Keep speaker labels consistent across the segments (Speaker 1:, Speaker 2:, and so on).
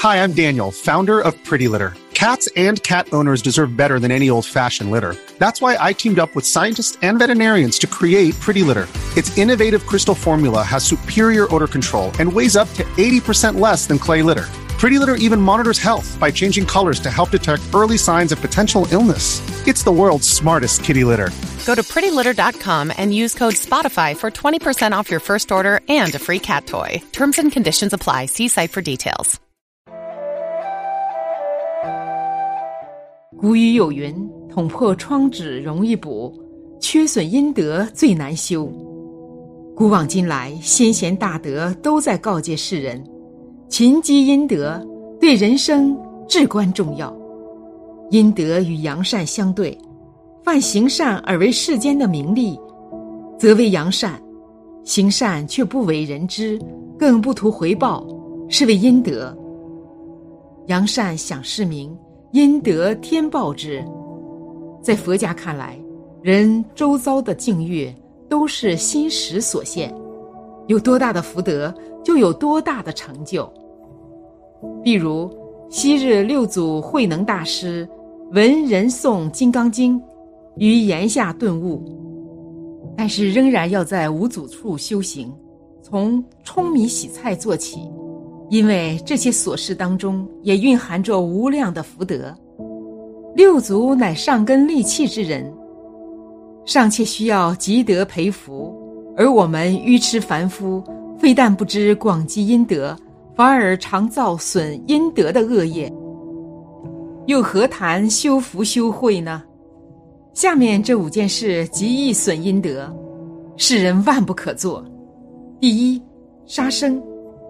Speaker 1: Hi, I'm Daniel, founder of Pretty Litter. Cats and cat owners deserve better than any old-fashioned litter. That's why I teamed up with scientists and veterinarians to create Pretty Litter. Its innovative crystal formula has superior odor control and weighs up to 80% less than clay litter. Pretty Litter even monitors health by changing colors to help detect early signs of potential illness. It's the world's smartest kitty litter.
Speaker 2: Go to prettylitter.com and use code SPOTIFY for 20% off your first order and a free cat toy. Terms and conditions apply. See site for details.
Speaker 3: 古语有云，捅破窗纸容易补，缺损阴德最难修。古往今来，先贤大德都在告诫世人，勤积阴德对人生至关重要。阴德与扬善相对，犯行善而为世间的名利，则为扬善；行善却不为人知，更不图回报，是为阴德。扬善享世名，阴德天报之。在佛家看来，人周遭的境遇都是心识所现，有多大的福德，就有多大的成就。比如昔日六祖慧能大师闻人诵《金刚经》，于檐下顿悟，但是仍然要在无阻处修行，从舂米洗菜做起，因为这些琐事当中也蕴含着无量的福德。六祖乃上根利器之人，尚且需要积德培福，而我们愚痴凡夫，非但不知广积阴德，反而常造损阴德的恶业，又何谈修福修慧呢？下面这5件事极易损阴德，世人万不可做。第一，杀生。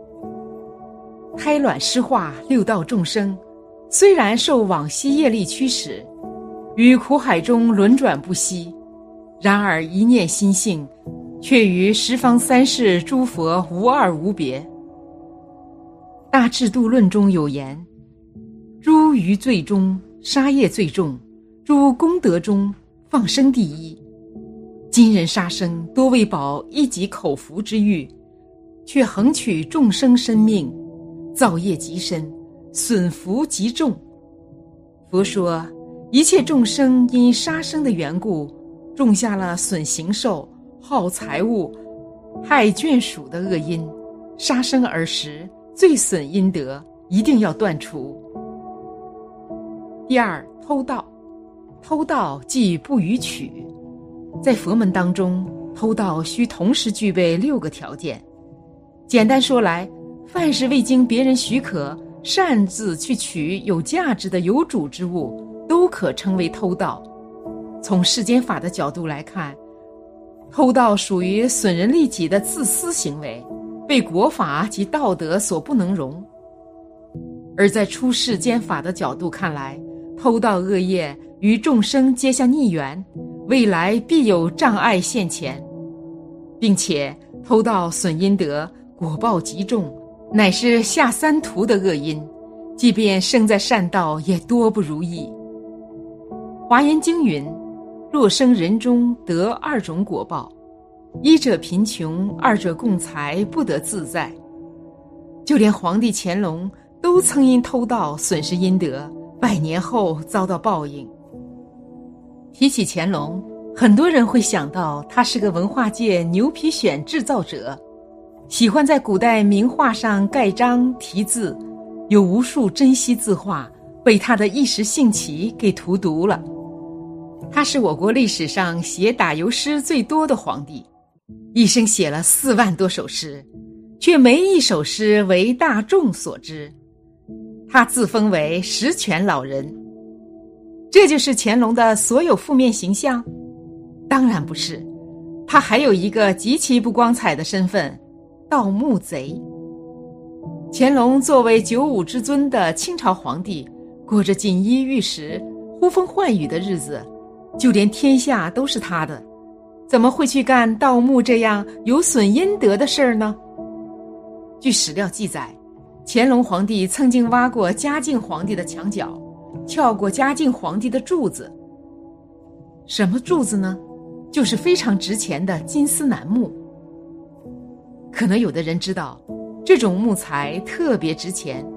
Speaker 3: 胎卵湿化六道众生，虽然受往昔业力驱使，于苦海中轮转不息，然而一念心性，却与十方三世诸佛无二无别。大智度论中有言，诸余罪中杀业最重，诸功德中放生第一。今人杀生多为保一己口福之欲，却横取众生生命，造业极深，损福极重。佛说，一切众生因杀生的缘故，种下了损形寿、耗财物、害眷属的恶因，杀生而食，最损阴德，一定要断除。第二，偷盗。偷盗即不予取。在佛门当中，偷盗需同时具备6个条件。简单说来，凡是未经别人许可，擅自去取有价值的有主之物，都可称为偷盗。从世间法的角度来看，偷盗属于损人利己的自私行为，被国法及道德所不能容。而在出世间法的角度看来，偷盗恶业与众生结下逆缘，未来必有障碍现前，并且偷盗损阴德，果报极重，乃是下三途的恶因，即便生在善道也多不如意。华严经云，若生人中得2种果报，一者贫穷，二者共财，不得自在。就连皇帝乾隆都曾因偷盗损失阴德，100年后遭到报应。提起乾隆，很多人会想到他是个文化界牛皮癣制造者，喜欢在古代名画上盖章题字，有无数珍稀字画被他的一时兴起给荼毒了。他是我国历史上写打油诗最多的皇帝，一生写了4万多首诗，却没一首诗为大众所知。他自封为十全老人，这就是乾隆的所有负面形象？当然不是，他还有一个极其不光彩的身份——盗墓贼。乾隆作为95之尊的清朝皇帝，过着锦衣玉食、呼风唤雨的日子，就连天下都是他的，怎么会去干盗墓这样有损阴德的事儿呢？据史料记载，乾隆皇帝曾经挖过嘉靖皇帝的墙角，撬过嘉靖皇帝的柱子。什么柱子呢？就是非常值钱的金丝楠木。可能有的人知道，这种木材特别值钱，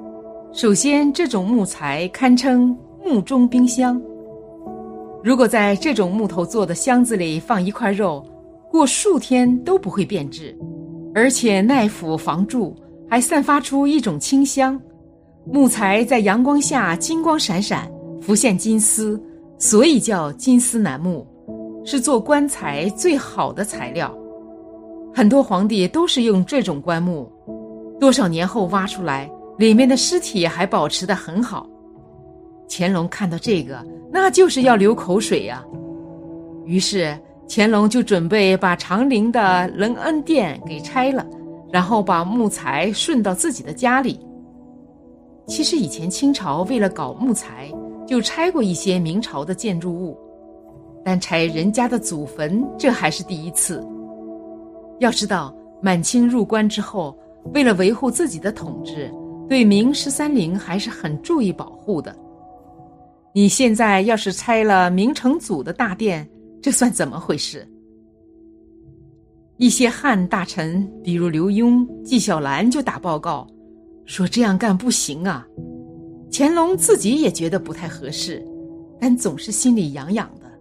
Speaker 3: 首先，这种木材堪称木中冰箱。如果在这种木头做的箱子里放一块肉，过数天都不会变质，而且耐腐防蛀，还散发出一种清香。木材在阳光下金光闪闪，浮现金丝，所以叫金丝楠木，是做棺材最好的材料。很多皇帝都是用这种棺木，多少年后挖出来，里面的尸体还保持得很好。乾隆看到这个，那就是要流口水呀。于是乾隆就准备把长陵的隆恩殿给拆了，然后把木材顺到自己的家里。其实以前清朝为了搞木材，就拆过一些明朝的建筑物，但拆人家的祖坟，这还是第一次。要知道，满清入关之后，为了维护自己的统治，对明13陵还是很注意保护的。你现在要是拆了明成祖的大殿，这算怎么回事？一些汉大臣，比如刘墉、纪晓岚就打报告，说这样干不行啊。乾隆自己也觉得不太合适，但总是心里痒痒的。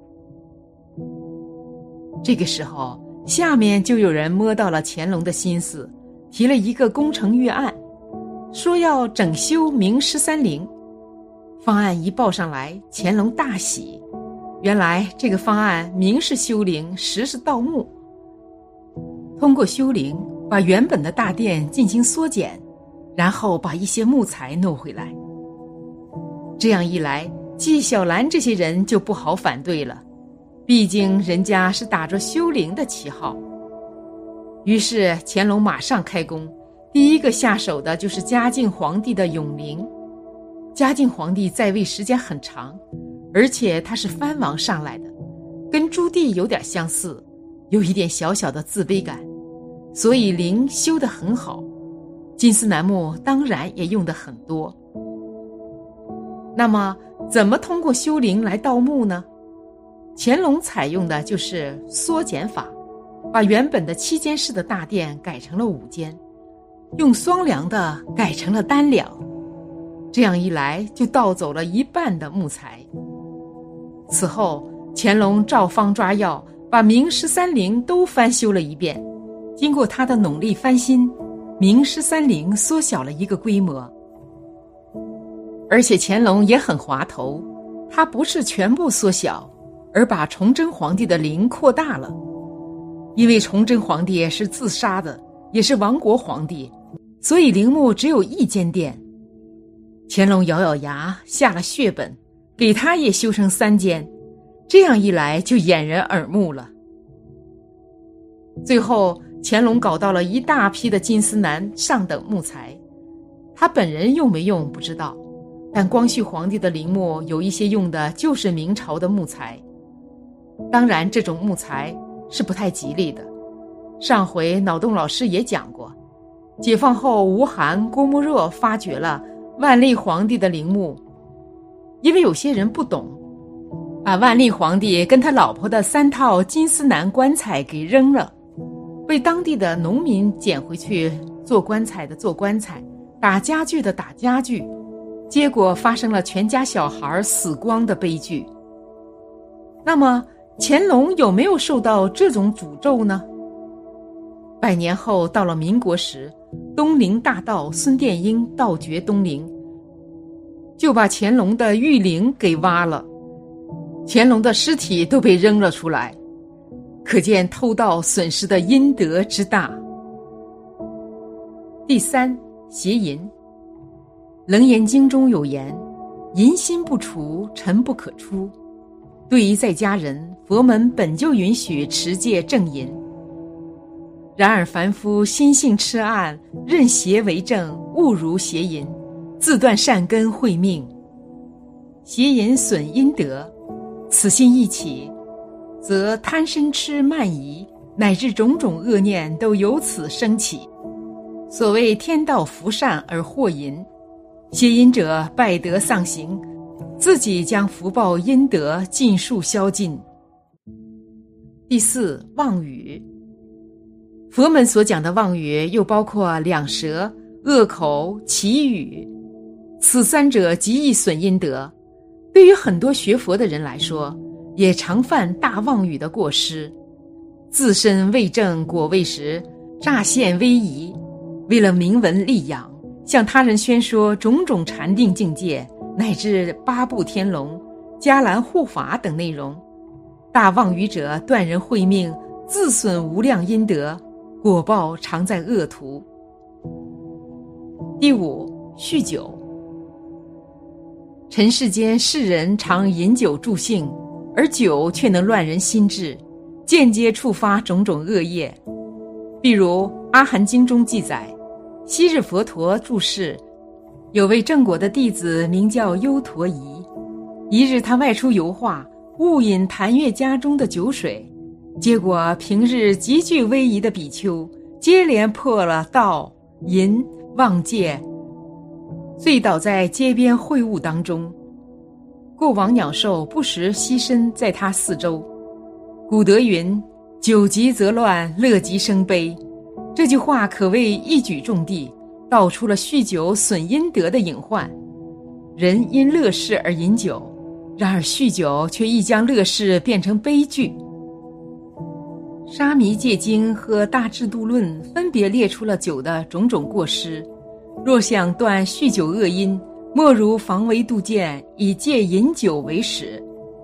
Speaker 3: 这个时候，下面就有人摸到了乾隆的心思，提了一个工程预案，说要整修明13陵。方案一报上来，乾隆大喜。原来这个方案明是修陵，实是盗墓。通过修陵，把原本的大殿进行缩减，然后把一些木材弄回来。这样一来，纪晓岚这些人就不好反对了，毕竟人家是打着修陵的旗号。于是乾隆马上开工，第一个下手的就是嘉靖皇帝的永陵。嘉靖皇帝在位时间很长，而且他是藩王上来的，跟朱棣有点相似，有一点小小的自卑感，所以陵修得很好，金丝楠木当然也用得很多。那么怎么通过修陵来盗墓呢？乾隆采用的就是缩减法，把原本的7间室的大殿改成了5间，用双梁的改成了单梁，这样一来就盗走了一半的木材。此后乾隆照方抓药，把明13陵都翻修了一遍。经过他的努力翻新，明13陵缩小了一个规模。而且乾隆也很滑头，他不是全部缩小，而把崇祯皇帝的陵扩大了。因为崇祯皇帝是自杀的，也是亡国皇帝，所以陵墓只有1间殿。乾隆咬咬牙，下了血本，给他也修成3间，这样一来就掩人耳目了。最后乾隆搞到了一大批的金丝楠上等木材，他本人用没用不知道，但光绪皇帝的陵墓有一些用的就是明朝的木材。当然这种木材是不太吉利的，上回脑洞老师也讲过，解放后吴晗、郭沫若发掘了万历皇帝的陵墓，因为有些人不懂，把万历皇帝跟他老婆的3套金丝楠棺材给扔了，被当地的农民捡回去，做棺材的做棺材，打家具的打家具，结果发生了全家小孩死光的悲剧。那么乾隆有没有受到这种诅咒呢？100年后到了民国时，东陵大盗孙殿英盗掘东陵，就把乾隆的御陵给挖了，乾隆的尸体都被扔了出来，可见偷盗损失的阴德之大。第3，邪淫。楞严经中有言，淫心不除，尘不可出。对于在家人，佛门本就允许持戒正淫，然而凡夫心性痴暗，任邪为正，误如邪淫，自断善根慧命。邪淫损阴德，此心一起，则贪嗔痴慢疑乃至种种恶念都由此升起。所谓天道福善而祸淫，邪淫者败德丧行，自己将福报阴德尽数消尽。第4，妄语。佛门所讲的妄语又包括两舌、恶口、绮语。 此三者极易损阴德。对于很多学佛的人来说，也常犯大妄语的过失，自身未正果未实，乍现威仪，为了名闻利养，向他人宣说种种禅定境界，乃至八部天龙、伽蓝护法等内容。大妄语者断人慧命，自损无量阴德，果报常在恶途。第五，酗酒。尘世间世人常饮酒助兴，而酒却能乱人心智，间接触发种种恶业。比如《阿含经》中记载，昔日佛陀住世，有位正果的弟子名叫优陀夷。一日他外出游化，误饮檀越家中的酒水，结果平日极具威仪的比丘接连破了道、淫、妄戒，醉倒在街边秽物当中。过往鸟兽不时栖身在他四周。古德云：酒极则乱，乐极生悲。这句话可谓一举中的，道出了酗酒损阴德的隐患。人因乐事而饮酒，然而酗酒却易将乐事变成悲剧。沙弥戒经和大智度论分别列出了酒的种种过失，若想断酗酒恶因，莫如防微杜渐，以戒饮酒为始。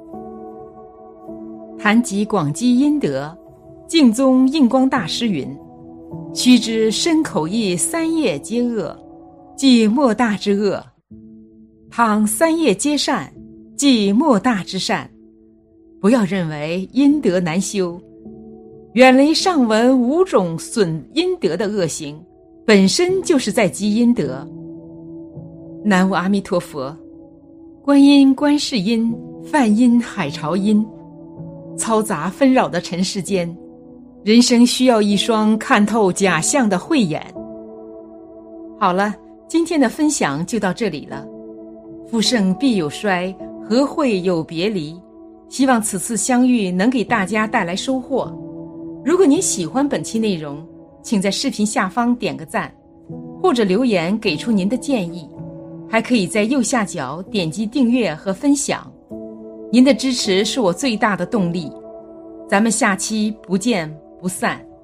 Speaker 3: 谈及广积阴德，净宗印光大师云：须知身口意三业皆恶，即莫大之恶；倘三业皆善，即莫大之善。不要认为阴德难修，远离上文5种损阴德的恶行，本身就是在积阴德。南无阿弥陀佛。观音观世音，梵音海潮音。嘈杂纷扰的尘世间，人生需要一双看透假象的慧眼。好了，今天的分享就到这里了。富盛必有衰，和会有别离。希望此次相遇能给大家带来收获。如果您喜欢本期内容，请在视频下方点个赞，或者留言给出您的建议，还可以在右下角点击订阅和分享。您的支持是我最大的动力。咱们下期不见不散。